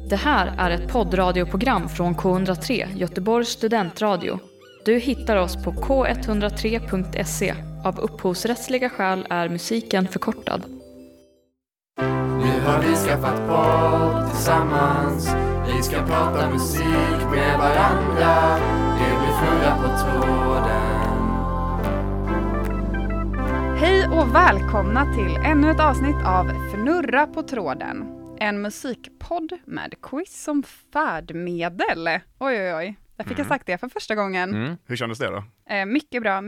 Det här är ett poddradioprogram från K103, Göteborgs studentradio. Du hittar oss på k103.se. Av upphovsrättsliga skäl är musiken förkortad. Nu har vi skaffat podd tillsammans. Vi ska prata musik med varandra. Det blir Fnurra på tråden. Hej och välkomna till ännu ett avsnitt av Fnurra på tråden. En musikpodd med quiz som färdmedel. Oj. Där fick jag sagt det för första gången. Hur kändes det då? Mycket bra.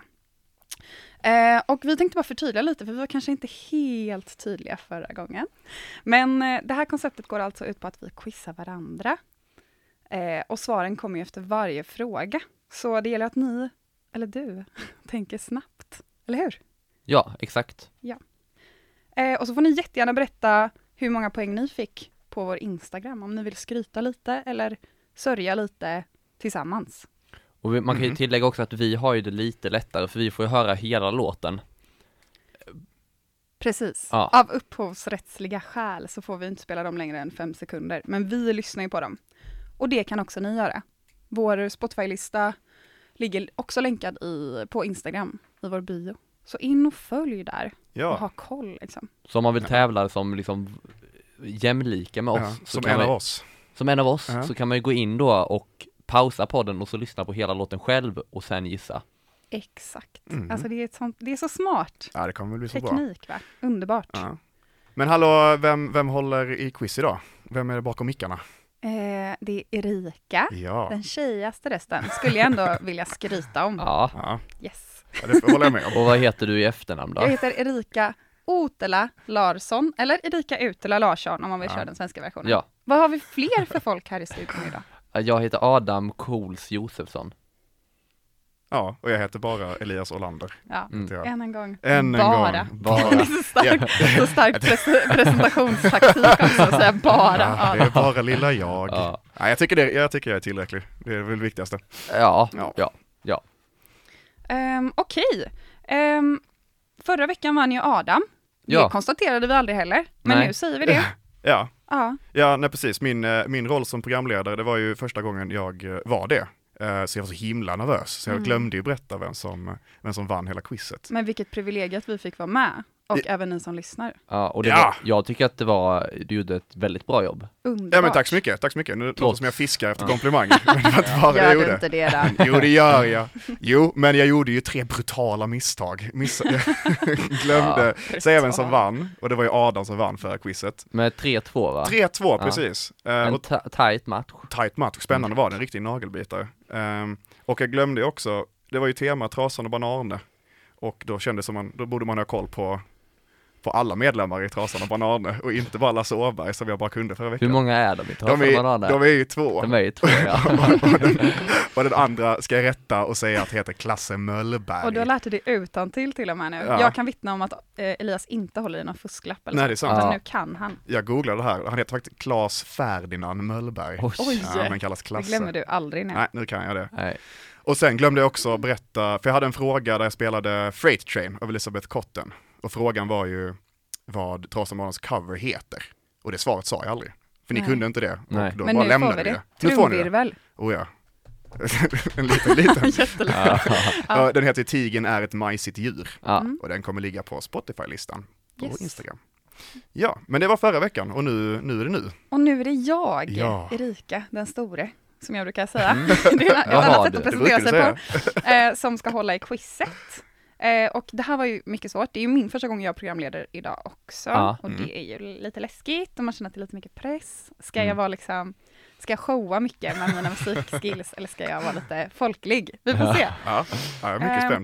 Och vi tänkte bara förtydliga lite, för vi var kanske inte helt tydliga förra gången. Men det här konceptet går alltså ut på att vi quizar varandra. Och svaren kommer ju efter varje fråga. Så det gäller att ni, eller du, tänker snabbt. Eller hur? Ja, exakt. Ja. Och så får ni jättegärna berätta hur många poäng ni fick på vår Instagram. Om ni vill skryta lite eller sörja lite tillsammans. Och man kan ju tillägga också att vi har ju det lite lättare, för vi får ju höra hela låten. Precis. Ja. Av upphovsrättsliga skäl så får vi inte spela dem längre än 5 sekunder. Men vi lyssnar ju på dem. Och det kan också ni göra. Vår Spotify-lista ligger också länkad på Instagram, i vår bio. Så in och följ där. Ja. Och ha koll liksom. Så om man vill tävla som liksom jämlika med oss. Ja, så som kan en man, av oss. Som en av oss, Ja. så kan man ju gå in då och pausa podden och så lyssna på hela låten själv och sen gissa. Exakt. Alltså det är så smart. Ja, det kommer väl bli så bra. Teknik, va? Underbart. Ja. Men hallå, vem håller i quiz idag? Vem är det bakom mickarna? Det är Erika, Ja, den tjejigaste rösten. Skulle jag ändå vilja skryta om. Ja. ja. Yes. Ja, det håller jag med om. Och vad heter du i efternamn då? Jag heter Erika Otela Larsson, eller Erika Utela Larsson om man vill Ja. köra den svenska versionen. Ja. Vad har vi fler för folk här i studion idag? Jag heter Adam Cools Josefsson. Ja, och jag heter bara Elias Olander. Ja, Ja. än en gång. Än en bara. gång. Bara. Så stark presentationstaktik också, att säga bara. Ja, det är bara lilla jag. Ja. Ja, jag tycker jag är tillräcklig. Det är väl det viktigaste. Ja. Okej. Förra veckan vann ju Adam. Ja. Det konstaterade vi aldrig heller. Men Nej. nu säger vi det. Ja, Ja. nej precis. Min roll som programledare, det var ju första gången jag var det. Så jag var så himla nervös. Så jag glömde ju berätta vem som vann hela quizet. Men vilket privilegium att vi fick vara med. Och även ni som lyssnar. Ja, och Ja. jag tycker att du gjorde ett väldigt bra jobb. Underbart. Ja, men tack så mycket. Nu låter det som jag fiskar efter komplimanger. Men det var inte bara det jag Gör du gjorde. inte det då? Jo, det gör jag. Jo, men jag gjorde ju 3 brutala misstag. Jag glömde säga vem som vann. Och det var ju Adam som vann förra quizet. Med 3-2 va? 3-2, precis. En Och tight match. tight match. Spännande var det, en riktig nagelbitare. Och jag glömde också, det var ju tema Trasan och Banarne. Och då kändes som då borde man ha koll på alla medlemmar i Trasan och Banarne. Och inte bara Lasse Åberg som jag bara kunde förra veckan. Hur många är de i Trasan och Banarne? De är ju 2. De är ju 2, ja. Och den andra ska jag rätta och säga att heter Klasse Möllberg. Och du har lärt dig det utantill till och med nu. Ja. Jag kan vittna om att Elias inte håller i någon fusklapp. Eller Nej, så. det är sant. Men Ja. nu kan han. Jag googlade det här. Han heter faktiskt Claes Ferdinand Möllberg. Oj. Ja, men kallas Det Klasse. glömmer du aldrig nu. Nej, nu kan jag det. Nej. Och sen glömde jag också berätta, för jag hade en fråga där jag spelade Freight Train av Elisabeth Cotten. Och frågan var ju vad Trasan och Banarnes cover heter. Och det svaret sa jag aldrig. För ni Nej. kunde inte det. Nej. Och då Men bara nu lämnade får vi vi det. Nu får ni det. Trumvirvel. Oh ja. en liten. Jättelätt. Ja, den heter Tigen är ett majsigt djur. Ja. Och den kommer ligga på Spotify-listan på Yes. Instagram. Ja, men det var förra veckan och nu är det nu. Och nu är det jag, Ja. Erika, den store, som jag brukar säga. Det är ett Jaha, annat sätt att det presentera brukar sig du på. Som ska hålla i quizet. Och det här var ju mycket svårt. Det är ju min första gång jag programleder idag också. Ja. Och det är ju lite läskigt och man känner att det är lite mycket press. Ska jag vara liksom, ska jag showa mycket med mina musikskills eller ska jag vara lite folklig? Vi får se. Ja, jag är mycket spänd.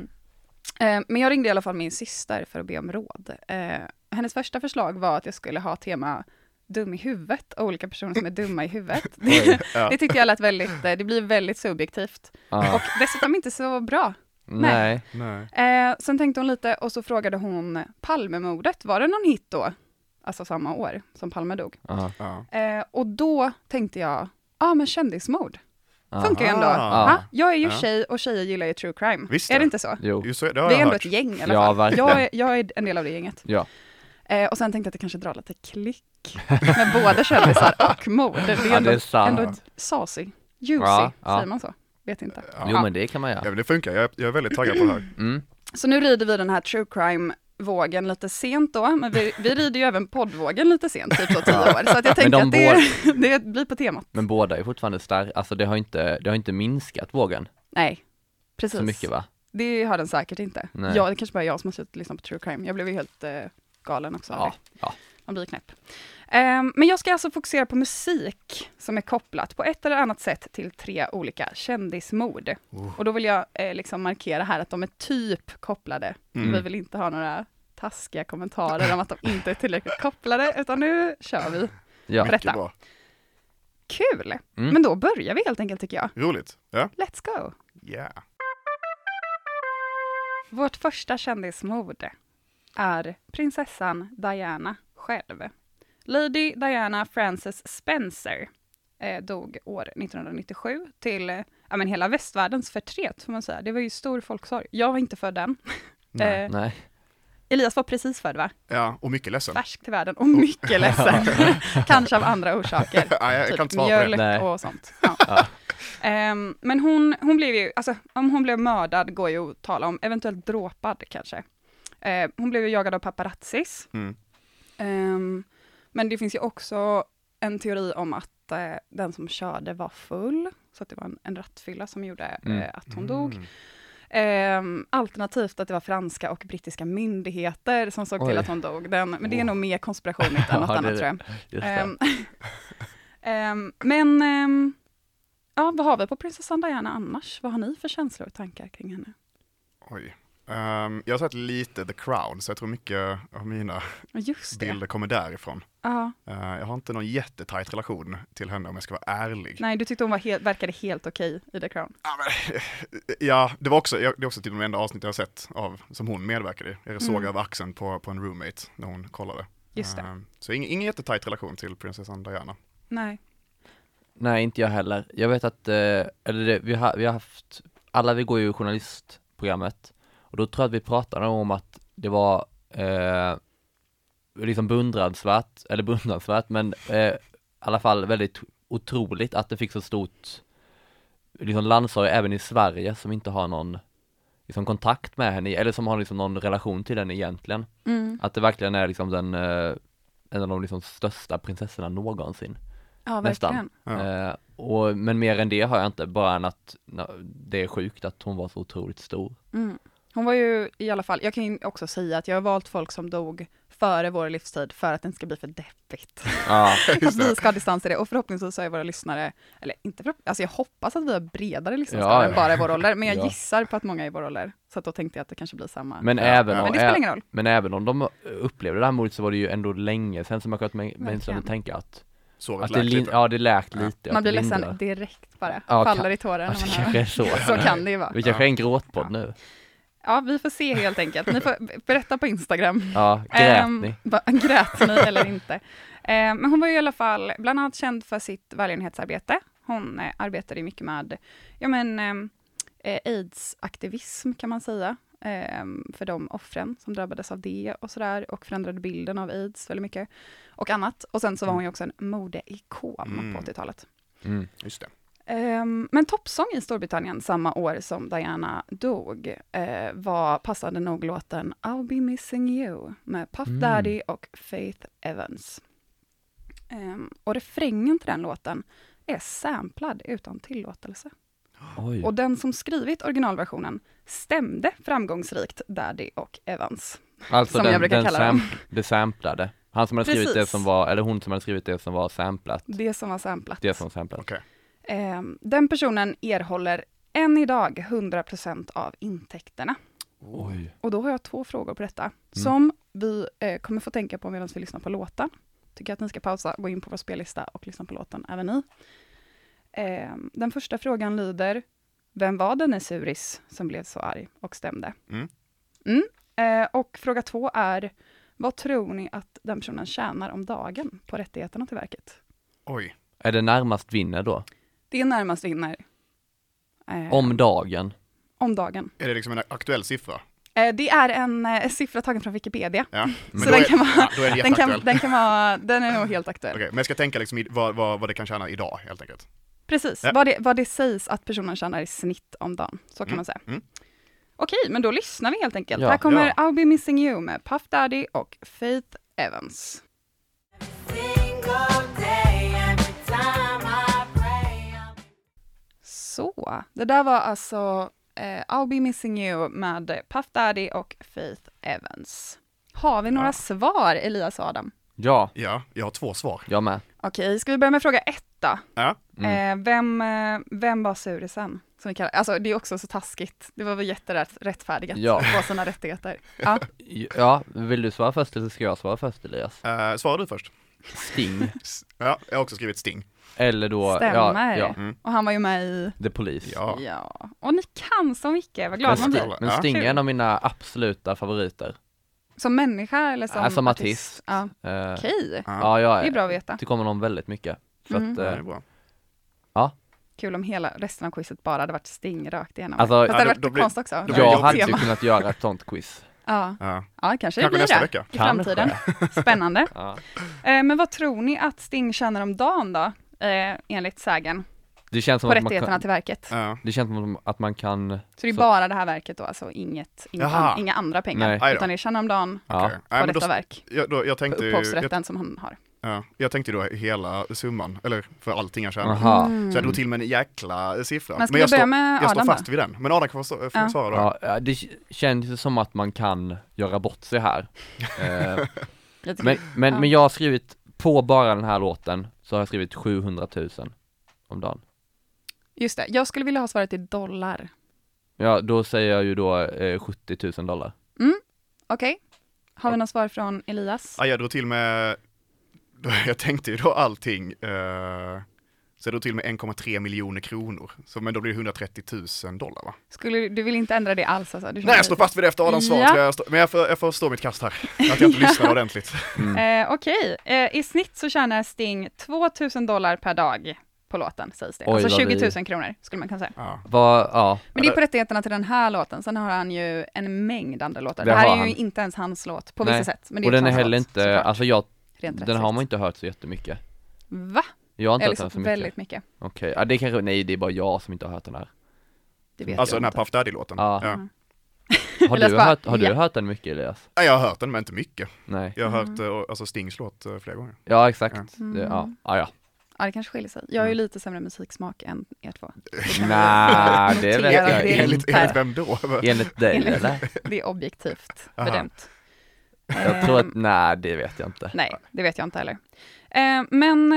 Men jag ringde i alla fall min syster för att be om råd. Hennes första förslag var att jag skulle ha tema dum i huvudet och olika personer som är dumma i huvudet. Ja. Det tyckte jag lät väldigt, det blir väldigt subjektivt. Ja. Och dessutom inte så bra. Nej. Nej. Sen tänkte hon lite och så frågade hon Palmemordet, var det någon hit då? Alltså samma år som Palme dog. Ja. Ja. Och då tänkte jag, men kändismord. Funkar ju ändå. Ah. Jag är ju Ja. tjej och tjejer gillar ju true crime. Visst är det det. inte så? Jo. Just så, det har Vi är jag ändå hört. ett gäng i alla Ja, fall. verkligen. Jag är en del av det gänget. Ja. Och sen tänkte jag att det kanske drar lite klick med både kändisar och mord. Det är ändå, ändå saucy, juicy, säger man så? Vet inte. Jo, men det kan man göra. Ja, men det funkar. Jag är väldigt taggad på det här. Så nu rider vi den här true crime-vågen lite sent då, men vi rider ju även poddvågen lite sent, typ så 10 år. Så att jag tänker att det blir på temat. Men båda är fortfarande starka, alltså det har inte minskat vågen. Nej, precis. Så mycket, va? Det har den säkert inte. Nej. Ja, det kanske bara är jag som har suttit och lyssnat på true crime. Jag blev ju helt galen också. Ja. Man blir knäpp. Men jag ska alltså fokusera på musik som är kopplat på ett eller annat sätt till 3 olika kändismord. Och då vill jag liksom markera här att de är typ kopplade. Vi vill inte ha några taskiga kommentarer om att de inte är tillräckligt kopplade, utan nu kör vi på detta. Bra. Kul! Men då börjar vi helt enkelt, tycker jag. Roligt. Ja. Let's go! Yeah. Vårt första kändismord är prinsessan Diana själv. Lady Diana Frances Spencer dog år 1997 till hela västvärldens förtret, får man säga. Det var ju stor folksorg. Jag var inte född än. Nej. Elias var precis född, va? Ja, och mycket ledsen. Färsk till världen och mycket ledsen. Kanske av andra orsaker. Jag kan inte svara på mjölk det. Och sånt. Ja. Men hon blev ju, alltså om hon blev mördad går ju att tala om, eventuellt dråpad kanske. Hon blev ju jagad av paparazzis. Men det finns ju också en teori om att den som körde var full, så att det var en rattfylla som gjorde att hon dog. Alternativt att det var franska och brittiska myndigheter som såg till att hon dog. Men det är nog mer konspirationigt än något annat, tror jag. Vad har vi på prinsessan Diana annars? Vad har ni för känslor och tankar kring henne? Oj. Jag har sett lite The Crown, så jag tror mycket av mina bilder kommer därifrån. Jag har inte någon jättetajt relation till henne, om jag ska vara ärlig. Nej, du tyckte hon verkade helt okej i The Crown. Ja, det är också till de enda avsnitt jag har sett som hon medverkade i. Jag såg över axeln på en roommate när hon kollade. Just det. Så ingen jättetajt relation till prinsessan Diana. Nej, inte jag heller. Jag vet att vi har haft, alla vi går ju journalistprogrammet, och då tror jag att vi pratade om att det var liksom beundransvärt, men i alla fall väldigt otroligt att det fick så stort liksom landsorg även i Sverige som inte har någon liksom kontakt med henne, eller som har liksom någon relation till henne egentligen. Att det verkligen är liksom en av de liksom största prinsessorna någonsin. Ja, verkligen. Men mer än det har jag inte, bara än att det är sjukt att hon var så otroligt stor. Hon var ju i alla fall, jag kan ju också säga att jag har valt folk som dog före vår livstid för att den ska bli för deppigt. Att vi ska ha distans i det, och förhoppningsvis så är våra lyssnare, eller inte alltså jag hoppas att vi har bredare lyssnare än bara i vår ålder, men jag gissar på att många är i vår ålder, så att då tänkte jag att det kanske blir samma. Men det spelar ingen roll. Men även om de upplevde det här mordet, så var det ju ändå länge sen som jag kunnat mig tänka att det läkt lite. Man blir ledsen direkt bara. Faller i tårar när man hör. Så kan det ju vara. Vi kanske är en gråtpodd nu. Ja, vi får se helt enkelt. Ni får berätta på Instagram. Ja, grät ni? Grät ni eller inte. Men hon var ju i alla fall bland annat känd för sitt välgörenhetsarbete. Hon arbetade mycket med AIDS-aktivism, kan man säga. För de offren som drabbades av det och sådär, och förändrade bilden av AIDS väldigt mycket och annat. Och sen så var hon ju också en modeikon på 80-talet. Just det. Men toppsång i Storbritannien samma år som Diana dog passade nog låten I'll Be Missing You med Puff Daddy och Faith Evans. Och refrängen till den låten är samplad utan tillåtelse. Oj. Och den som skrivit originalversionen stämde framgångsrikt Daddy och Evans. Alltså som jag brukar kalla dem. Det samplade. Han som hade skrivit det som var, eller hon som hade skrivit det som var samplat. Det som var samplat. Okay. Den personen erhåller än idag 100% av intäkterna. Oj. Och då har jag 2 frågor på detta. Som vi kommer få tänka på medan vi lyssnar på låten. Tycker att ni ska pausa, gå in på vår spellista och lyssna på låten även ni. Den första frågan lyder: vem var denne suris som blev så arg och stämde? Och fråga 2 är: vad tror ni att den personen tjänar om dagen på rättigheterna till verket? Oj. Är det närmast vinner då? Det är närmast vinner. Om dagen? Om dagen. Är det liksom en aktuell siffra? Det är en siffra tagen från Wikipedia. Ja, men Så då den är, kan vara, ja, då är den jätteaktuell. den är nog helt aktuell. Okej, men jag ska tänka liksom vad det kan tjäna idag helt enkelt. Precis, Ja. vad det sägs att personen tjänar i snitt om dagen. Så kan man säga. Mm. Okej, men då lyssnar vi helt enkelt. Ja. Här kommer Ja. I'll Be Missing You med Puff Daddy och Faith Evans. Så, det där var alltså I'll Be Missing You med Puff Daddy och Faith Evans. Har vi några Ja. svar, Elias och Adam? Ja, Ja, jag har 2 svar. jag med. Okej, ska vi börja med fråga 1 då? Ja. Vem var surisen? Som vi kallar, alltså det är också så taskigt. Det var väl jätterättfärdigt Ja. på sina rättigheter. Ja. Ja, vill du svara först eller ska jag svara först, Elias? Svarar du först? Sting. Ja, jag har också skrivit Sting. Eller då, Stämmer. ja, Och han var ju med i... The Police. Ja. Ja. Och ni kan så mycket, vad glad man blir. Men Sting är en av mina absoluta favoriter. Som människa eller som, Som artist. Ja. Eh, Okej, Ja, jag det är bra att veta. tycker om honom väldigt mycket. Så Mm. att, Ja, det är bra. Kul om hela resten av quizet bara hade varit Sting rakt igenom. Alltså, Fast det hade ja, varit då blir- konst också. då blir jag jag hade ju tema. kunnat göra ett sånt quiz. Ja. Ja. Ja, kanske det Kanske blir nästa det vecka. i framtiden. Spännande. Ja. Men vad tror ni att Sting tjänar om dagen då? Enligt sägen. Det känns som På att man rättigheterna kan, till verket. Ja. det känns som att man kan, Så det är Så- bara det här verket då, alltså Jaha. inga andra pengar. Nej. Aj då. Utan det tjänar om dagen ja. Okej. på Nej, men detta då, verk. jag tänkte ju, Upphovsrätten som han har. jag tänkte då hela summan, eller för allting jag tjänar. Aha. Så jag drog till med en jäkla siffra. Men ska jag vi börja med jag står Adam fast då? vid den. Men Adam kan få Ja. svara då. Ja, det känns ju som att man kan göra bort sig här. Jag tycker- Men jag har skrivit, på bara den här låten, så har jag skrivit 700 000 om dagen. Just det, jag skulle vilja ha svaret i dollar. Ja, då säger jag ju då 70 000 dollar. Okej. Har vi något svar från Elias? Ja, jag drog till med, jag tänkte ju då allting, så jag drog till med 1,3 miljoner kronor. Så, men då blir det 130 000 dollar va? Du vill inte ändra det alls alltså? Nej, jag står fast vid det efter Adams svar. Ja. Men jag får stå mitt kast här. Att jag inte lyssnar ordentligt. Okej, i snitt så tjänar Sting 2 000 dollar per dag på låten, sägs det. Oj, Alltså vad 20 000 vi- kronor skulle man kunna säga. Ja. Ja, Men det är på rättigheterna till den här låten, sen har han ju en mängd andra låtar. Det Det här har är ju han. inte ens hans låt på Nej. vissa sätt. Men det är och den är också hans heller låt, inte, såklart. alltså Rent den har rättsligt. man inte hört så jättemycket. Va? Jag har inte Eller hört den så så mycket. väldigt mycket. Okej, ja, det kanske, nej det är bara jag som inte har hört den här. Det vet Alltså jag den här inte. Puff Daddy-låten. Ja. Ja. Har Elias du bara, hört, har du ja. hört den mycket, Elias? Ja, jag har hört den men inte mycket. Nej. Jag har hört alltså Stings låt flera gånger. Ja, exakt. Ja. Det, ja. Ja, det kanske skiljer sig. Jag har ju lite sämre musiksmak än er två. Nej, det vet Notera jag det. inte. Enligt vem då? Enligt dig Enligt- eller? Det är objektivt Aha. bedömt. Jag tror att, nej det vet jag inte. Nej, det vet jag inte heller. Men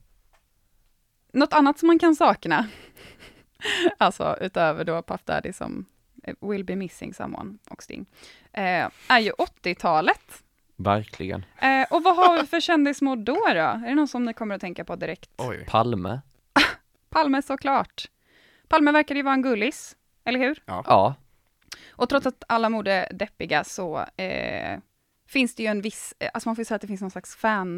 något annat som man kan sakna, alltså utöver då Puff Daddy som Will Be Missing Someone och Sting, är ju 80-talet. Verkligen. Och vad har vi för kändismord då? Är det någon som ni kommer att tänka på direkt? Oj. Palme? Palme såklart. Palme verkar ju vara en gullis, eller hur? Ja. Och trots att alla mord är deppiga så finns det ju en viss, alltså man får ju säga att det finns någon slags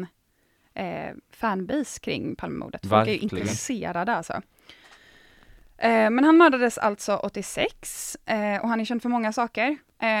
fanbase kring Palmemordet. Folk är ju Verkligen. intresserade alltså. Men han mördades alltså 86 och han är känd för många saker.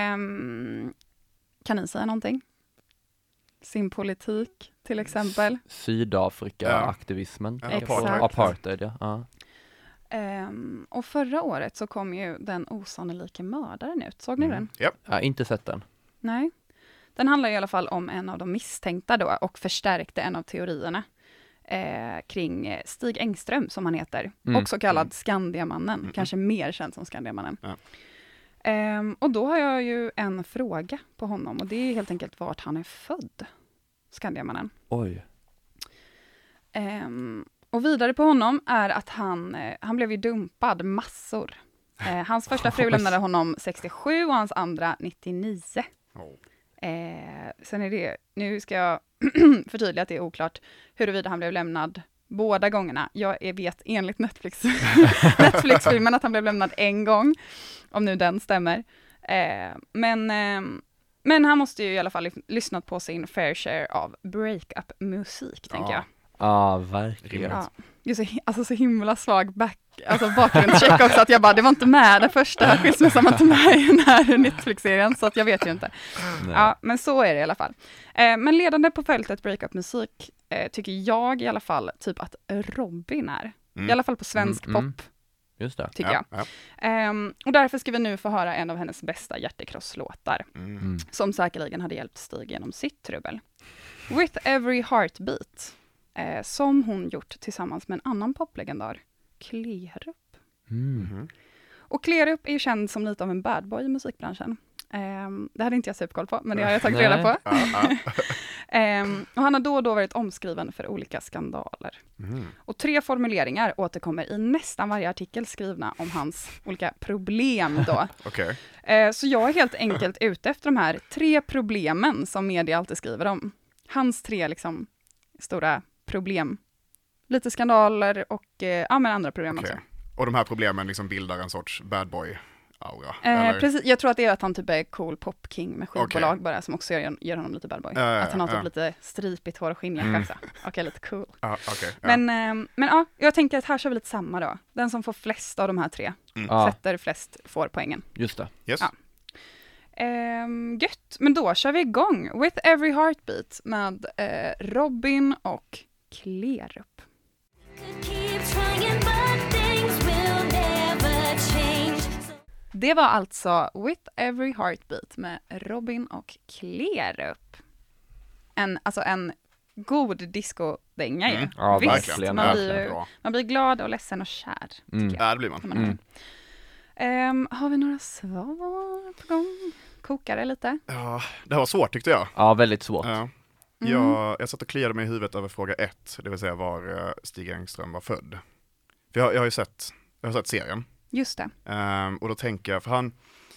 Kan ni säga någonting? Sin politik till exempel. Sydafrika-aktivismen. Ja. Exakt. Apartheid, ja. Ja. Och förra året så kom ju Den osannolike mördaren ut. Såg ni den? Japp. Jag har inte sett den. Nej. Den handlar i alla fall om en av de misstänkta då och förstärkte en av teorierna kring Stig Engström som han heter. Också kallad Skandiamannen. Kanske mer känd som Skandiamannen. Ja. Och då har jag ju en fråga på honom och det är helt enkelt vart han är född. Skandiamannen. Oj. Och vidare på honom är att han blev ju dumpad massor. Hans första fru lämnade honom 67 och hans andra 99. Oh. Sen är det, nu ska jag förtydliga att det är oklart huruvida han blev lämnad båda gångerna. Jag vet enligt Netflix-filmen att han blev lämnad en gång, om nu den stämmer. Men han måste ju i alla fall lyssnat på sin fair share av break-up-musik, tänker jag. Ja, verkligen. Ja. Så himla svag bakgrundscheck också, att jag bara, det var inte med, den första skilsmässan var inte med i den här Netflix-serien, så att jag vet ju inte. Nej. Ja, men så är det i alla fall. Men ledande på fältet breakup-musik tycker jag i alla fall typ att Robin är. I alla fall på svensk pop, Just det. tycker jag. Och därför ska vi nu få höra en av hennes bästa hjärtekrosslåtar, som säkerligen hade hjälpt Stig genom sitt trubbel. With Every Heartbeat, som hon gjort tillsammans med en annan poplegendar, Kleerup. Och Kleerup är ju känd som lite av en bad boy i musikbranschen. Det hade inte jag superkoll på, men det har jag tagit reda på. Och han har då och då varit omskriven för olika skandaler. Och 3 formuleringar återkommer i nästan varje artikel skrivna om hans olika problem då. Okej. Så jag är helt enkelt ute efter de här 3 problemen som media alltid skriver om. Hans 3 liksom stora problem. Lite skandaler och men andra problem också. Och de här problemen liksom bildar en sorts bad boy-aura? Precis, jag tror att det är att han typ är cool popking med skivbolag bara, som också ger honom lite bad boy. Att han har typ lite stripigt hår och skinnjacka också. Okej, lite cool. Men ja, jag tänker att här kör vi lite samma då. Den som får flest av de här 3 sätter flest får poängen. Just det. Yes. Ja. Gött, men då kör vi igång. With Every Heartbeat med Robin och Kleerup. Det var alltså With Every Heartbeat med Robin och Kleerup. En god disco-dänga ju. Ja, visst, verkligen. Man blir glad och ledsen och kär. Ja, det blir man. Har vi några svar på gång? Kokar det lite? Ja, det här var svårt tyckte jag. Ja, väldigt svårt. Jag satt och kliade mig i huvudet över fråga 1, det vill säga var Stig Engström var född. För jag har ju sett serien. Just det. Och då tänker jag, för han...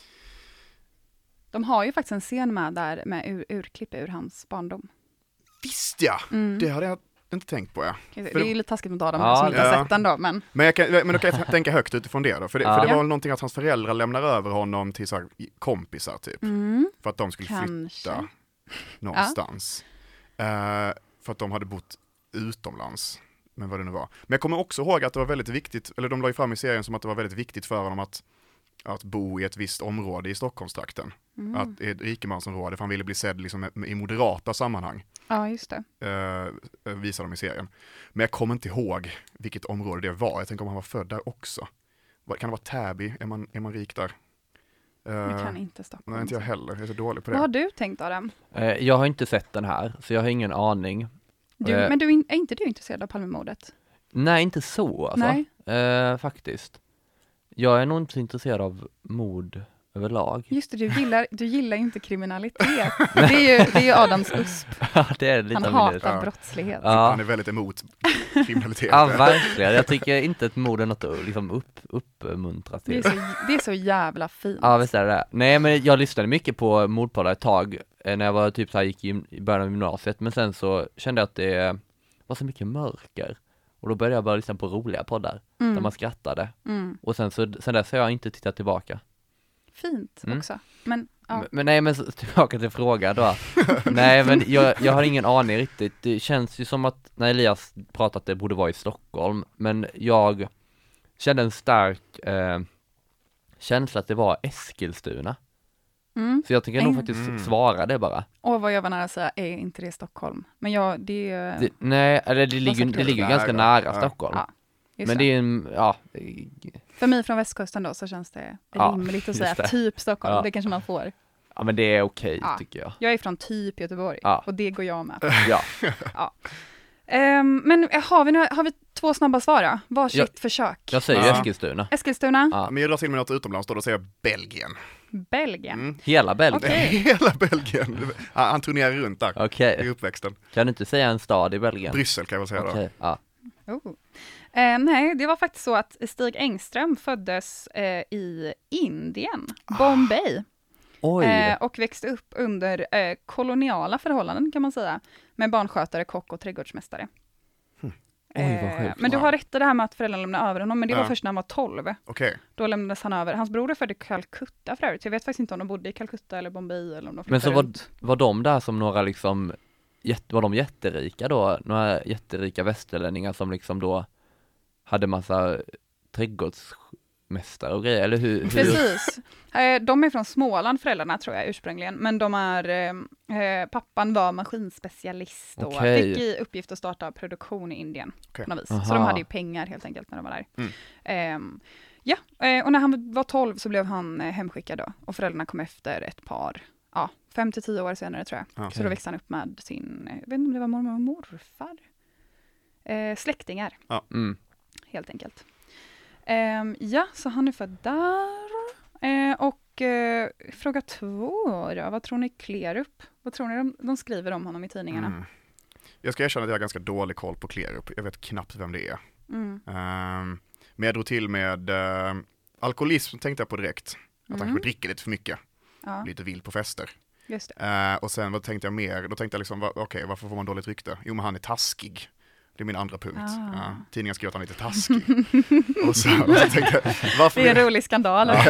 De har ju faktiskt en scen med där med urklipp ur hans barndom. Visst ja! Det hade jag inte tänkt på. Det är ju lite taskigt mot Adam som inte har sett den då. Men då kan jag tänka högt utifrån det då. För det var väl någonting att hans föräldrar lämnar över honom till så här kompisar typ. För att de skulle flytta någonstans. För att de hade bott utomlands. Men vad det nu var. Men jag kommer också ihåg att det var väldigt viktigt, eller de la ju fram i serien som att det var väldigt viktigt för honom att bo i ett visst område i Stockholmstrakten. Att i ett rikemansområde, för han ville bli sedd liksom i moderata sammanhang. Ja, just det. Visar de i serien. Men jag kommer inte ihåg vilket område det var. Jag tänker om han var född där också. Kan det vara Täby? Är man rik där? Jag kan inte Stockholm. Nej, inte jag heller. Jag är så dålig på det. Vad har du tänkt, Adam? Jag har inte sett den här, så jag har ingen aning. Men är inte du intresserad av Palmemordet? Nej, inte så alltså. Nej. Faktiskt. Jag är nog inte så intresserad av mord överlag. Just det, du gillar inte kriminalitet. Det är ju Adams USP. Det är lite han hatar brottslighet. Ja. Han är väldigt emot kriminalitet. Ja, verkligen. Jag tycker inte att mord är något att liksom uppmuntra till. Det är så jävla fint. Ja, visst är det. Nej, men jag lyssnade mycket på mordpoddar ett tag när jag var typ så här, gick i början av gymnasiet, men sen så kände jag att det var så mycket mörker. Och då började jag bara lyssna på roliga poddar där man skrattade. Och sen dess har jag inte tittat tillbaka. Fint också. Men tillbaka till frågan då. Nej, men jag har ingen aning riktigt. Det känns ju som att när Elias pratade att det borde vara i Stockholm, men jag kände en stark känsla att det var Eskilstuna. Så jag tänker nog faktiskt svara det bara. Och vad jag var nära att säga är inte det Stockholm. Men det ligger ganska nära Stockholm. Ja, men det är för mig från västkusten då så känns det rimligt att säga typ Stockholm. Det kanske man får. Ja, men det är okej, tycker jag. Jag är från typ Göteborg och det går jag med. Men har vi 2 snabba svar då? Varsitt försök. Jag säger Eskilstuna. Eskilstuna. Men jag drar till med något utomlands då säger jag Belgien. Belgien? Hela Belgien? Okay. Hela Belgien. Han turnerar runt där i uppväxten. Kan du inte säga en stad i Belgien? Bryssel kan jag väl säga då. Nej, det var faktiskt så att Stig Engström föddes i Indien, Bombay. Och växte upp under koloniala förhållanden kan man säga, med barnskötare, kock och trädgårdsmästare. Men du har rätt i det här med att föräldrarna lämnade över honom, men det var först när han var 12. Då lämnades han över. Hans bror är född i Calcutta för övrigt. Jag vet faktiskt inte om de bodde i Calcutta eller Bombay eller om de men så var de där som några liksom var de jätterika då? Några jätterika västerlänningar som liksom då hade massa trädgårdsmästare och grejer, eller hur? Precis. De är från Småland, föräldrarna tror jag ursprungligen, men de är, pappan var maskinspecialist och fick i uppgift att starta produktion i Indien på något vis. Aha. Så de hade ju pengar helt enkelt när de var där. Och när han var 12 så blev han hemskickad då, och föräldrarna kom efter ett par, 5-10 år senare tror jag. Okay. Så då växte han upp med sin, jag vet inte om det var mormor och morfar, släktingar, helt enkelt. Så han är född där. Och fråga 2 då, vad tror ni Klerup? Vad tror ni de skriver om honom i tidningarna? Jag ska erkänna att jag har ganska dålig koll på Klerup. Jag vet knappt vem det är. Men jag drog till med alkoholism, tänkte jag på direkt. Att han kanske dricker lite för mycket. Lite vild på fester. Just det. Och sen vad tänkte jag mer? Då tänkte jag liksom, varför får man dåligt rykte? Jo, men han är taskig. Det är min andra punkt. Tidningen skriver att han är lite taskig. och så tänkte jag, varför det är en rolig skandal också,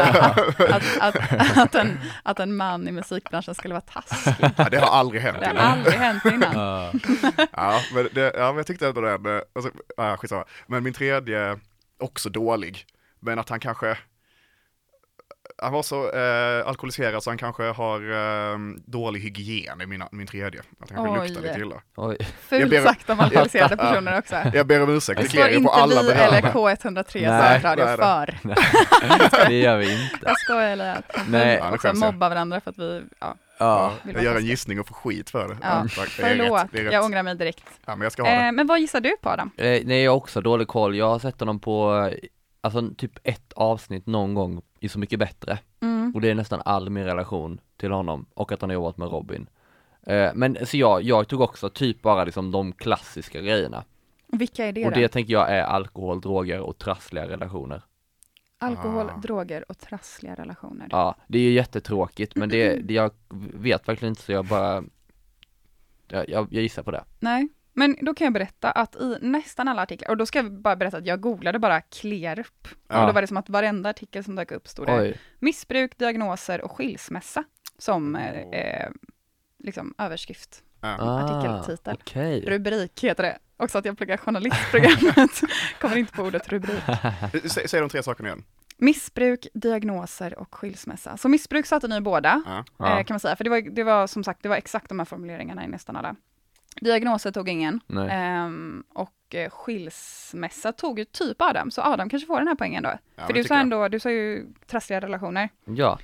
att en man i musikbranschen skulle vara taskig. Ja, det har aldrig hänt innan. Det har aldrig hänt innan. Men jag tyckte ändå det. Skitsamma. Men min tredje, också dålig. Men att han kanske... Han var så alkoholiserad så han kanske har dålig hygien i min tredje. Att han kanske luktar lite illa. Fult sagt om alkoholiserade personer också. Jag ber om ursäkt. Det står inte på alla vi eller K103 radio för. Det gör vi inte. Jag skojar eller att också mobba varandra för att vi... jag gör en gissning och får skit för det. Förlåt, jag ångrar mig direkt. Men jag ska ha det. Men vad gissar du på, Adam? Nej, jag har också dålig koll. Jag har sett honom på... Alltså typ ett avsnitt någon gång i Så mycket bättre. Och det är nästan all min relation till honom. Och att han har jobbat med Robin. Men så jag tog också typ bara liksom de klassiska grejerna. Vilka är det och då? Det tänker jag är alkohol, droger och trassliga relationer. Alkohol, droger och trassliga relationer. Ja, det är ju jättetråkigt. Men det jag vet verkligen inte, så jag bara... Jag gissar på det. Nej. Men då kan jag berätta att i nästan alla artiklar, och då ska jag bara berätta att jag googlade bara Klerup. Och då var det som att varenda artikel som dök upp stod det missbruk, diagnoser och skilsmässa som liksom överskrift. Artikeltitel. Okay. Rubrik heter det. Också att jag pluggar journalistprogrammet. Kommer inte på ordet rubrik. Säg de 3 sakerna igen. Missbruk, diagnoser och skilsmässa. Så missbruk satte ni båda, kan man säga. För det var som sagt, det var exakt de här formuleringarna i nästan alla. Diagnoser tog ingen. Och skilsmässa tog ju typ Adam. Så Adam kanske får den här poängen då. För du sa ju trassliga relationer. Ja.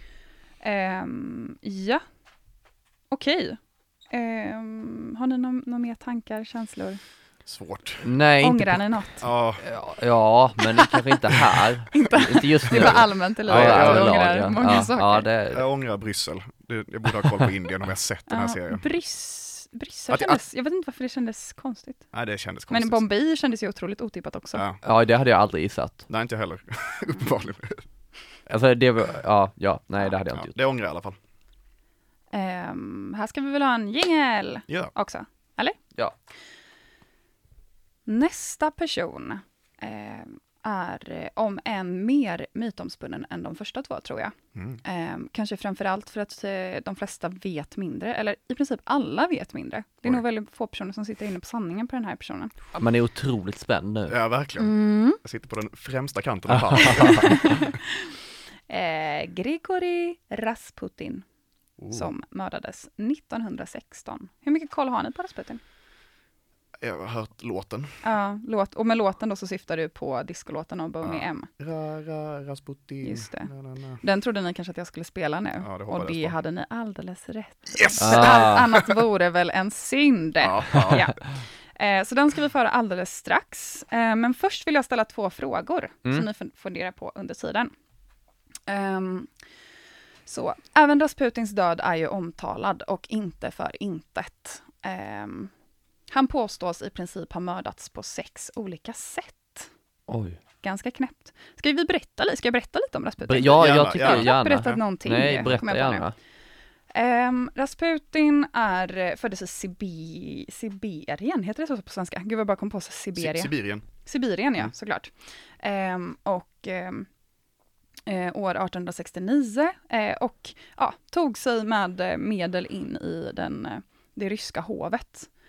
Okej. Har ni några mer tankar, känslor? Svårt. Nej, ångrar ni något? Ja, men kanske inte här. inte just nu. Det var allmänt i livet. Jag ångrar många saker. Jag ångrar Bryssel. Jag borde ha koll på Indien om jag sett den här serien. Bryssel kändes, jag vet inte varför det kändes konstigt. Nej, det kändes konstigt. Men Bombay kändes ju otroligt otippat också. Ja, det hade jag aldrig gissat. Nej, inte heller. Uppenbarligen. Alltså det var, nej det hade jag inte gjort. Det ångrar jag i alla fall. Här ska vi väl ha en jingle också, eller? Ja. Nästa person är om en mer mytomspunnen än de första 2, tror jag. Kanske framförallt för att de flesta vet mindre, eller i princip alla vet mindre. Det är nog väldigt få personer som sitter inne på sanningen på den här personen. Man är otroligt spänd nu. Ja, verkligen. Jag sitter på den främsta kanten av halsen. Grigori Rasputin, som mördades 1916. Hur mycket koll har ni på Rasputin? Jag har hört låten. Ja, och med låten då så syftar du på discolåten av Boney M. Rasputin. Just det. Den trodde ni kanske att jag skulle spela nu. Ja, och det hade ni alldeles rätt. Yes! Allt annat vore väl en synd. Ja. Så den ska vi föra alldeles strax. Men först vill jag ställa 2 frågor som ni funderar på under tiden. Så, även Rasputins död är ju omtalad och inte för intet. Han påstås i princip ha mördats på 6 olika sätt. Oj. Ganska knäppt. Ska jag berätta lite om Rasputin? Ja, jag tycker gärna. Jag har berättat någonting. Nej, berätta gärna. Rasputin föddes i Sibirien, heter det så på svenska? Gud, jag bara kom på Sibirien. Sibirien, ja, såklart. År 1869 och tog sig med medel in i det ryska hovet.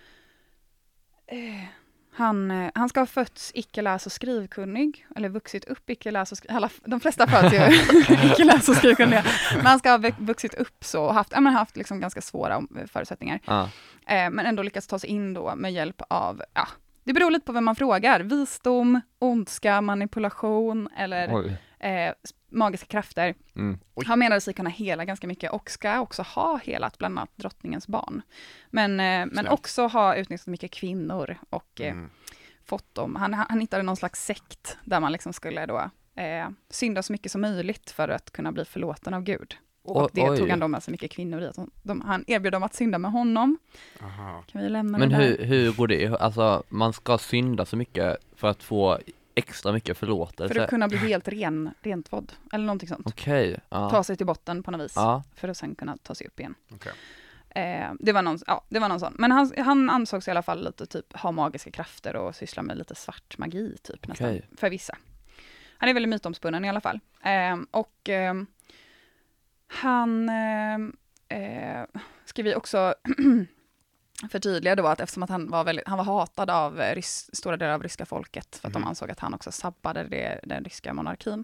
Han ska ha fötts icke-läs- och skrivkunnig, eller vuxit upp icke-läs- och de flesta föds ju icke-läs- och skrivkunniga, men han ska ha vuxit upp så och haft liksom ganska svåra förutsättningar. Men ändå lyckats ta sig in då med hjälp av, det beror lite på vem man frågar, visdom, ondska, manipulation eller magiska krafter. Han menade sig kunna hela ganska mycket och ska också ha helat bland annat drottningens barn. Men också ha utnyttjat mycket kvinnor och fått dem. Han hittade någon slags sekt där man liksom skulle då synda så mycket som möjligt för att kunna bli förlåten av Gud. Och det tog han då med så mycket kvinnor i att han erbjöd dem att synda med honom. Aha. Kan vi lämna Men det där? hur går det? Alltså man ska synda så mycket för att få extra mycket förlåtelse. För att kunna bli helt rentvådd. Eller någonting sånt. Okej. Ta sig till botten på något vis. Ja. För att sen kunna ta sig upp igen. Okay. Det var någon sån. Men han ansågs i alla fall lite typ ha magiska krafter och syssla med lite svart magi typ nästan. För vissa. Han är väldigt mytomspunnen i alla fall. Han ska vi också förtydliga då att eftersom att han var hatad av stora delar av ryska folket för att de ansåg att han också sabbade den ryska monarkin.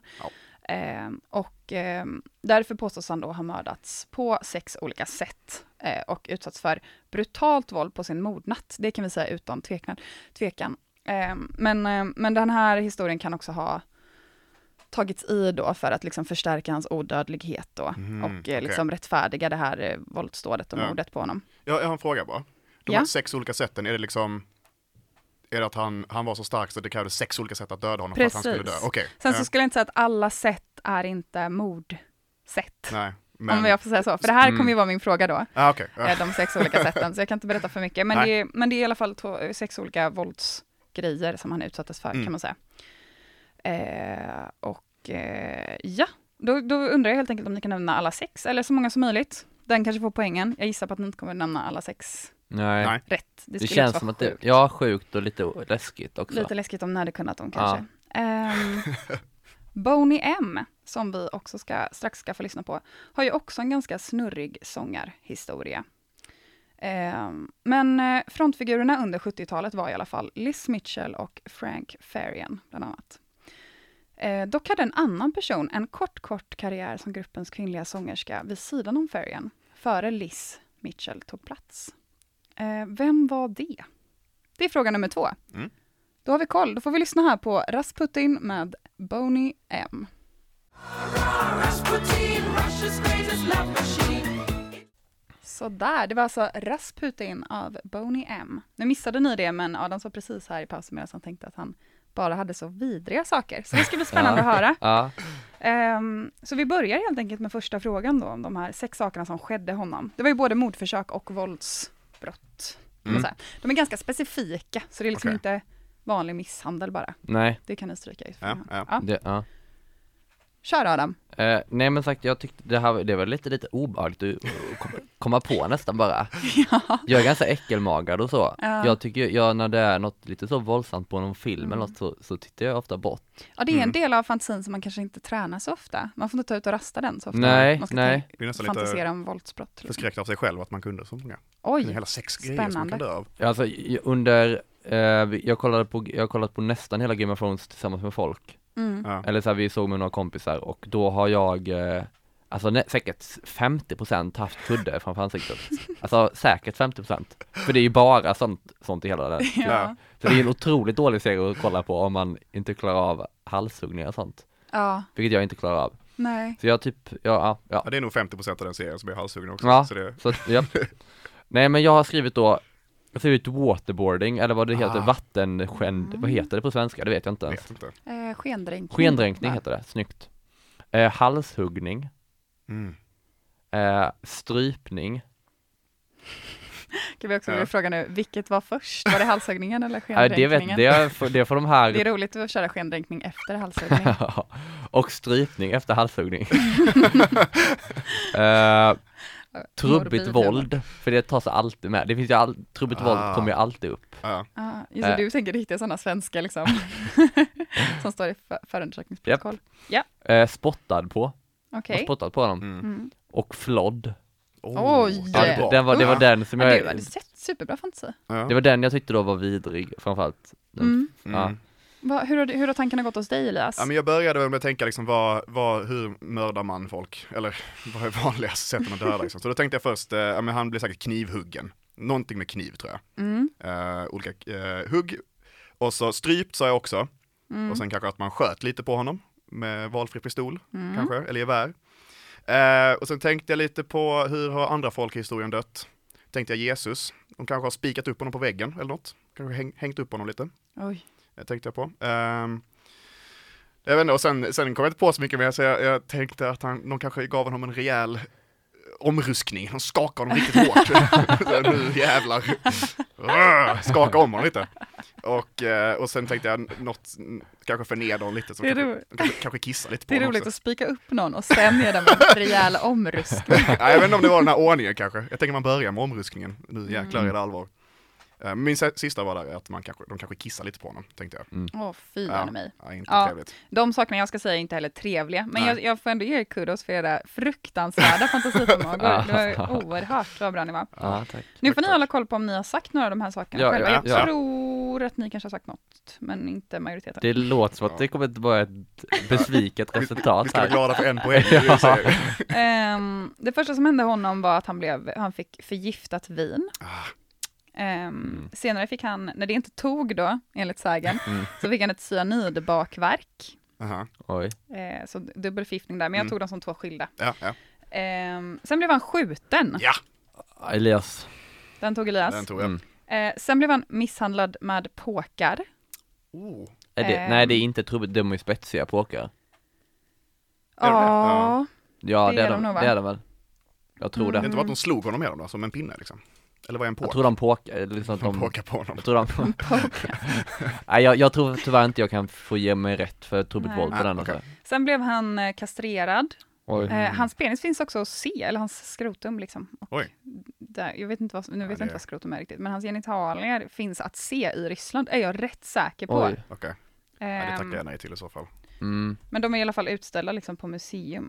Därför påstås han då ha mördats på 6 olika sätt och utsatts för brutalt våld på sin mordnatt. Det kan vi säga utan tvekan. Men den här historien kan också ha tagits i då för att liksom förstärka hans odödlighet då och liksom rättfärdiga det här våldsdådet och mordet på honom. Jag har en fråga bara. De här 6 olika sätten, är det liksom att han var så stark så det krävdes 6 olika sätt att döda honom? Precis. För att han skulle dö? Okay. Sen så skulle jag inte säga att alla sätt är inte mordsätt. Nej. Om jag får säga så. För det här kommer ju vara min fråga då. Okay. De 6 olika sätten. Så jag kan inte berätta för mycket. Men det är i alla fall 6 olika våldsgrejer som han utsattes för kan man säga. Då undrar jag helt enkelt om ni kan nämna alla 6 eller så många som möjligt. Den kanske får poängen. Jag gissar på att ni inte kommer nämna alla 6 Nej. rätt. Det känns som att det sjukt och lite läskigt också. Lite läskigt om ni hade kunnat dem kanske. Boney M, som vi också strax ska få lyssna på, har ju också en ganska snurrig sångarhistoria. Men frontfigurerna under 70-talet var i alla fall Liz Mitchell och Frank Farian bland annat. Dock hade en annan person en kort karriär som gruppens kvinnliga sångerska vid sidan om Farian, före Liz Mitchell tog plats. Vem var det? Det är fråga nummer 2. Då har vi koll. Då får vi lyssna här på Rasputin med Boney M. Så där, det var alltså Rasputin av Boney M. Nu missade ni det, men Adam sa precis här i pausen medan han tänkte att han bara hade så vidriga saker. Så det ska bli spännande att höra. Så vi börjar helt enkelt med första frågan då, om de här 6 sakerna som skedde honom. Det var ju både mordförsök och våldsbrott. De är ganska specifika, så det är liksom inte vanlig misshandel bara. Nej. Det kan ni stryka ut. Kör Adam. Nej men sagt, jag tyckte det var lite obehagligt att komma på nästan bara. Jag är ganska äckelmagad och så. Jag tycker, när det är något lite så våldsamt på någon film eller något så tittar jag ofta bort. Ja, det är en del av fantasin som man kanske inte tränar så ofta. Man får inte ta ut och rasta den så ofta. Nej. Man ska fantisera om våldsbrott. Förskräckt av sig själv att man kunde så många. Oj, hela 6 grejer som man kan dö av. Alltså jag kollade på nästan hela Game of Thrones tillsammans med folk. Eller så här, vi såg med några kompisar och då har jag säkert 50% haft kudde framför ansiktet. Alltså säkert 50%. För det är ju bara sånt i hela det. Så det är en otroligt dålig serie att kolla på om man inte klarar av halshuggningar och sånt. Vilket jag inte klarar av. Nej. Så jag typ, det är nog 50% av den serien som är halshuggning också. Nej men jag har skrivit waterboarding, eller vad det heter, vad heter det på svenska? Det vet jag inte ens. Skendränkning heter det, snyggt. Halshuggning. Strypning. Kan vi också fråga nu, vilket var först? Var det halshuggningen eller skendränkningen? Det får de här. Det är roligt att köra skendränkning efter halshuggning. Och strypning efter halshuggning. Trubbigt våld, för det tar sig alltid med. Det finns ju trubbigt våld kommer ju alltid upp. Just det, du tänker riktigt sådana svenska liksom. som står i förundersökningsprotokoll. Spottad på. Okay. Spottat på dem. Och flodd. Oj. Ja, det är bra. Det var den som Ja, jag... du hade sett superbra fantasi. Ja. Det var den jag tyckte då var vidrig, framförallt. Ja. Hur har tankarna gått hos dig, Elias? Ja, men jag började väl med att tänka liksom, hur mördar man folk? Eller vad är vanligaste sätten att döda? Liksom. Så då tänkte jag först, men han blir säkert knivhuggen. Någonting med kniv tror jag. Olika hugg. Och så strypt sa jag också. Och sen kanske att man sköt lite på honom med valfri pistol, kanske, eller gevär. Och sen tänkte jag lite på hur har andra folk i historien dött? Tänkte jag Jesus. De kanske har spikat upp honom på väggen eller något. Kanske hängt upp honom lite. Oj. Tänkte jag på. Jag vet inte, och sen kom jag inte på så mycket mer, så jag tänkte att de kanske gav honom en rejäl omruskning. De skakade honom riktigt hårt. Nu jävlar. Skaka om honom lite. Och sen tänkte jag något, kanske förnedra honom lite. Så kanske kissa lite på Det är honom roligt också. att spika upp någon och sen ge dem en rejäl omruskning. Nej, jag vet inte om det var den här ordningen kanske. Jag tänker man börjar med omruskningen. Nu jäklar är det allvar. Min sista var där att de kanske kissar lite på honom, tänkte jag. Åh, fy mig. Ja, inte Ja. trevligt. De sakerna jag ska säga är inte heller trevliga, men Nej. jag får ändå ge er kudos för era fruktansvärda fantasiförmågor. Det var oerhört vad bra ni var. Ja, tack. Nu får ni tack. hålla koll på om ni har sagt några av de här sakerna Ja, själva. ja, Jag ja. tror att ni kanske har sagt något, men inte majoriteten. Det låter som att det kommer att vara ett besviket Vi resultat ska vara här. glada för en poäng. Det är det vi säger. Det första som hände honom var att han fick förgiftat vin. Senare fick han, när det inte tog då, enligt sägen, så fick han ett cyanidbakverk. Aha. Oj. Så dubbelförgiftning där, men jag tog dem som två skilda. Ja. Sen blev han skjuten. Ja, Elias. Den tog Elias. den tog jag. Sen blev han misshandlad med påkar. Oh. Nej, det är inte trubbigt. De är ju spetsiga påkar. Ja, Ja, Det det är är de de. nog, va? Det är de väl. Jag tror Det det. inte var att de slog honom med dem då, som en pinne liksom. Eller var det en påk? Jag tror de påkar. Liksom att De de... påkar på honom. Jag tror de... Nej, jag tror tyvärr inte jag kan få ge mig rätt för trubbigt Nej. våld på den. okej. Alltså. Sen blev han kastrerad. Oj. Hans penis finns också att se, eller hans skrotum liksom. Och Oj. där, jag vet inte nu vet jag det- inte vad skrotum är riktigt, men hans genitalier finns att se i Ryssland, är jag rätt säker på. Oj. Okej. Ja, det tackar jag nej till i så fall. Mm. Men de är i alla fall utställda liksom på museum.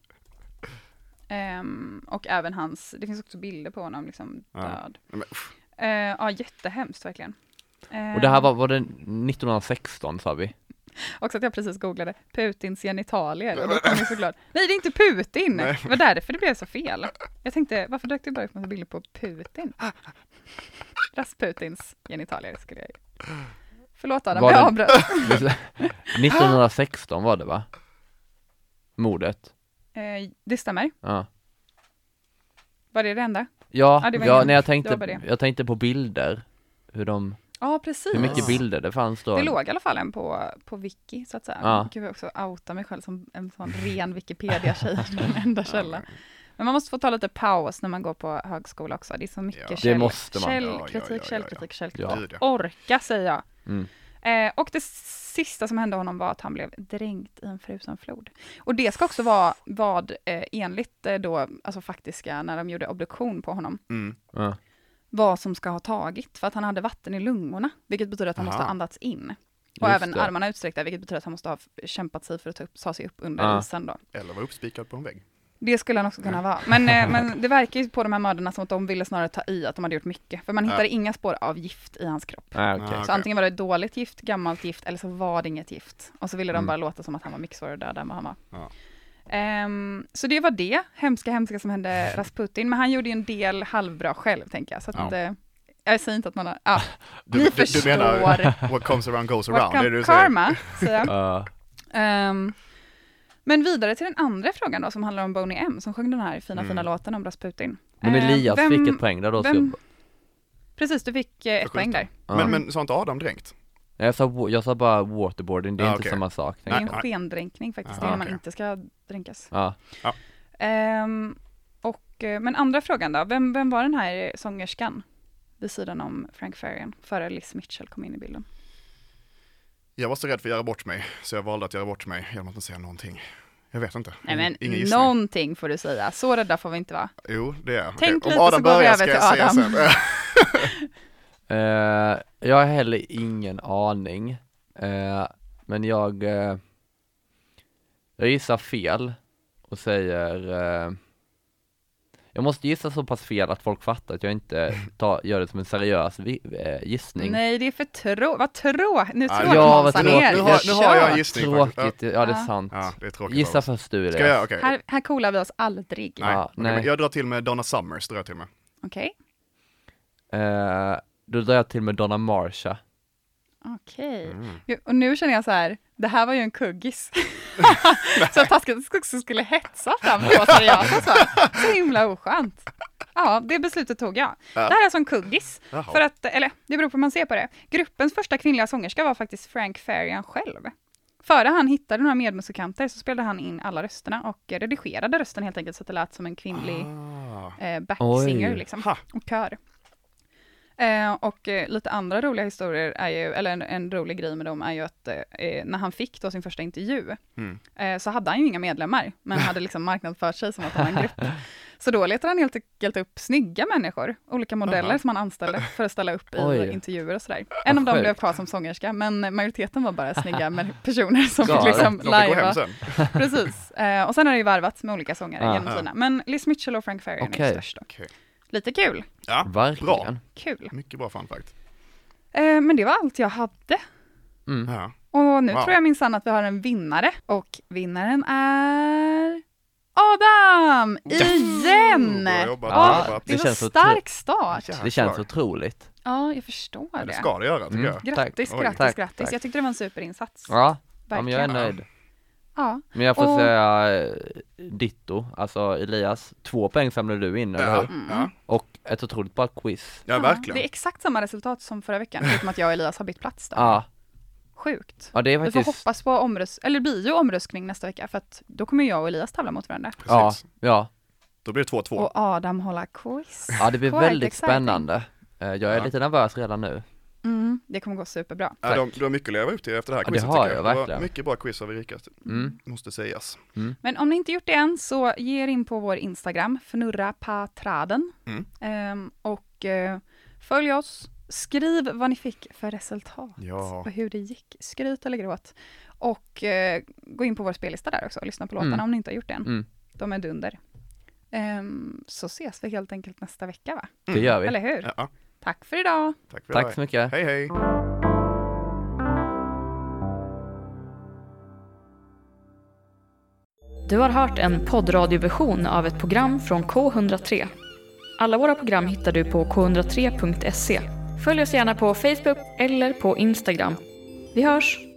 Och även det finns också bilder på honom liksom Ja. död. Men, Ja, jättehemskt verkligen. Och det här var det 1916 sa vi. Också att jag precis googlade Putins genitalier och då kom jag såklart, nej det är inte Putin! Nej. Det var därför det blev så fel. Jag tänkte, varför dök det bara upp massa bilder på Putin? Rasputins genitalier skulle jag ju. Förlåt Adam, Var jag det- avbröt. 1916 var det va? Mordet. Det stämmer. Ja. Var det enda? Ja, Ja, det var ja ingen- när det var bara det. jag tänkte på bilder. Ja, precis. Hur mycket bilder det fanns då. Det låg i alla fall en på Wiki, så att säga. Ja. Jag kan också outa mig själv som en sån ren Wikipedia-tjej, den enda källa. Men man måste få ta lite paus när man går på högskola också. Det är så mycket Det måste man. källkritik, Ja. källkritik, källkritik. Ja. Gud, ja. Orka, säger jag. Mm. Och det sista som hände honom var att han blev dränkt i en frusen flod. Och det ska också vara vad enligt då, alltså faktiska, när de gjorde obduktion på honom, Mm. Ja. vad som ska ha tagit. För att han hade vatten i lungorna, vilket betyder att han Aha. måste ha andats in. Och Just även det. armarna utsträckta, vilket betyder att han måste ha kämpat sig för att ta sig upp under Ja. isen då. Eller var uppspikad på en vägg. Det skulle han också kunna vara. Men det verkar ju på de här mördarna som att de ville snarare ta i att de hade gjort mycket. För man hittade inga spår av gift i hans kropp. Nej, okej. Ja. Så Okej. antingen var det dåligt gift, gammalt gift, eller så var det inget gift. Och så ville de Mm. bara låta som att han var mycket svårare att döda än vad han var. Ja. Så det var det hemska som hände Rasputin. Men han gjorde ju en del halvbra själv, tänker jag. Så att, Ja. jag säger inte att man har... Du förstår. menar what comes around goes around? Det är det du säger. Karma, säger jag. Ja. Men vidare till den andra frågan då, som handlar om Boney M, som sjöng den här fina låten om Rasputin. Men Elias fick ett poäng där då. Precis, du fick ett poäng där. Ja. Men sa inte Adam dränkt? Jag sa bara waterboarding, det är Ja, inte okej. samma sak. Det är en Nej. skendränkning faktiskt, det är Aha, när man okej. inte ska dränkas. Ja. Men andra frågan då, vem var den här sångerskan vid sidan om Frank Farian, före Liz Mitchell kom in i bilden? Jag var så rädd för att göra bort mig, så jag valde att göra bort mig genom att inte säga någonting. Jag vet inte. Nej men Ingen gissning. någonting får du säga, så rädda får vi inte vara. Jo, det är jag. Tänk Okej, lite om så Adam går vi börjar över ska jag till säga Adam. sen. Jag har heller ingen aning. Men jag gissar fel och säger Jag måste gissa så pass fel att folk fattar att jag inte gör det som en seriös gissning. Nej, det är för vad tråkigt. Nu Ja, tråkigt vad Månsson tråkigt. ner. Nu har jag en gissning. Tråkigt, ja det är sant. Ja, det är tråkigt. Gissa först du. Ska jag? Okej. Här coolar vi oss aldrig. Nej. Ja, Okej, nej. men jag drar till med Donna Summers, Okej. Då drar jag till med Donna Marsha. Okej. Och nu känner jag så här, det här var ju en kuggis. Så taskigt att jag också skulle hetsa fram på seriöst. Så himla oskönt. Ja, det beslutet tog jag. Det här är alltså en kuggis. Jaha. För att, eller det beror på hur man ser på det. Gruppens första kvinnliga sångerska var faktiskt Frank Farian själv. Före han hittade några medmusikanter så spelade han in alla rösterna och redigerade rösten helt enkelt så att det lät som en kvinnlig backsinger Oj. liksom, Ha. och kör. Och lite andra roliga historier är ju, eller en rolig grej med dem är ju att när han fick då sin första intervju så hade han ju inga medlemmar, men hade liksom marknadsfört sig som att han var en grupp. Så då letade han helt enkelt upp snygga människor, olika modeller som han anställde för att ställa upp i intervjuer och sådär. En av dem blev kvar som sångerska, men majoriteten var bara snygga personer som fick liksom live. Precis. Och sen har det ju varvats med olika sångare genom tiden. Men Liz Mitchell och Frank Farian är störst då. Okay. Lite kul. Ja, verkligen. Bra. Kul. Mycket bra fun fact. Men det var allt jag hade. Ja. Och nu tror jag minsann att vi har en vinnare. Och vinnaren är Adam! Igen! Bra jobbat, Ja, jobbat. Det var känns så stark start. Det känns otroligt. Ja, jag förstår det. Det ska det göra, tycker jag. Grattis, Tack. grattis. Tack. Jag tyckte det var en superinsats. Ja, men jag är Verkligen. nöjd. Ja. Men jag får säga ditto, alltså Elias, 2 poäng samlade du in, eller hur? Ja. Och ett otroligt bra quiz. Ja, verkligen. Det är exakt samma resultat som förra veckan, förutom att jag och Elias har bytt plats då. Ja. Sjukt. Ja, det är Vi faktiskt... får hoppas på eller det blir ju omröstning nästa vecka, för att då kommer jag och Elias tävla mot varandra. Precis. Ja. Då blir det 2-2. Och Adam hålla quiz. Ja, det blir Quite väldigt exciting. spännande. Jag är lite nervös redan nu. Det kommer gå superbra. Ja, du har mycket att leva upp till efter det här Ja, det quizet, har tycker jag Det var verkligen. mycket bra quiz av Erikast, måste sägas. Men om ni inte gjort det än så ge er in på vår Instagram, Fnurra Patraden. Och följ oss. Skriv vad ni fick för resultat och hur det gick. Skryt eller gråt. Och gå in på vår spellista där också och lyssna på låtarna om ni inte har gjort det än. De är dunder. Så ses vi helt enkelt nästa vecka, va? Det gör vi. Eller hur? Ja. Tack för idag. Tack så mycket. Hej, hej. Du har hört en poddradioversion av ett program från K103. Alla våra program hittar du på k103.se. Följ oss gärna på Facebook eller på Instagram. Vi hörs!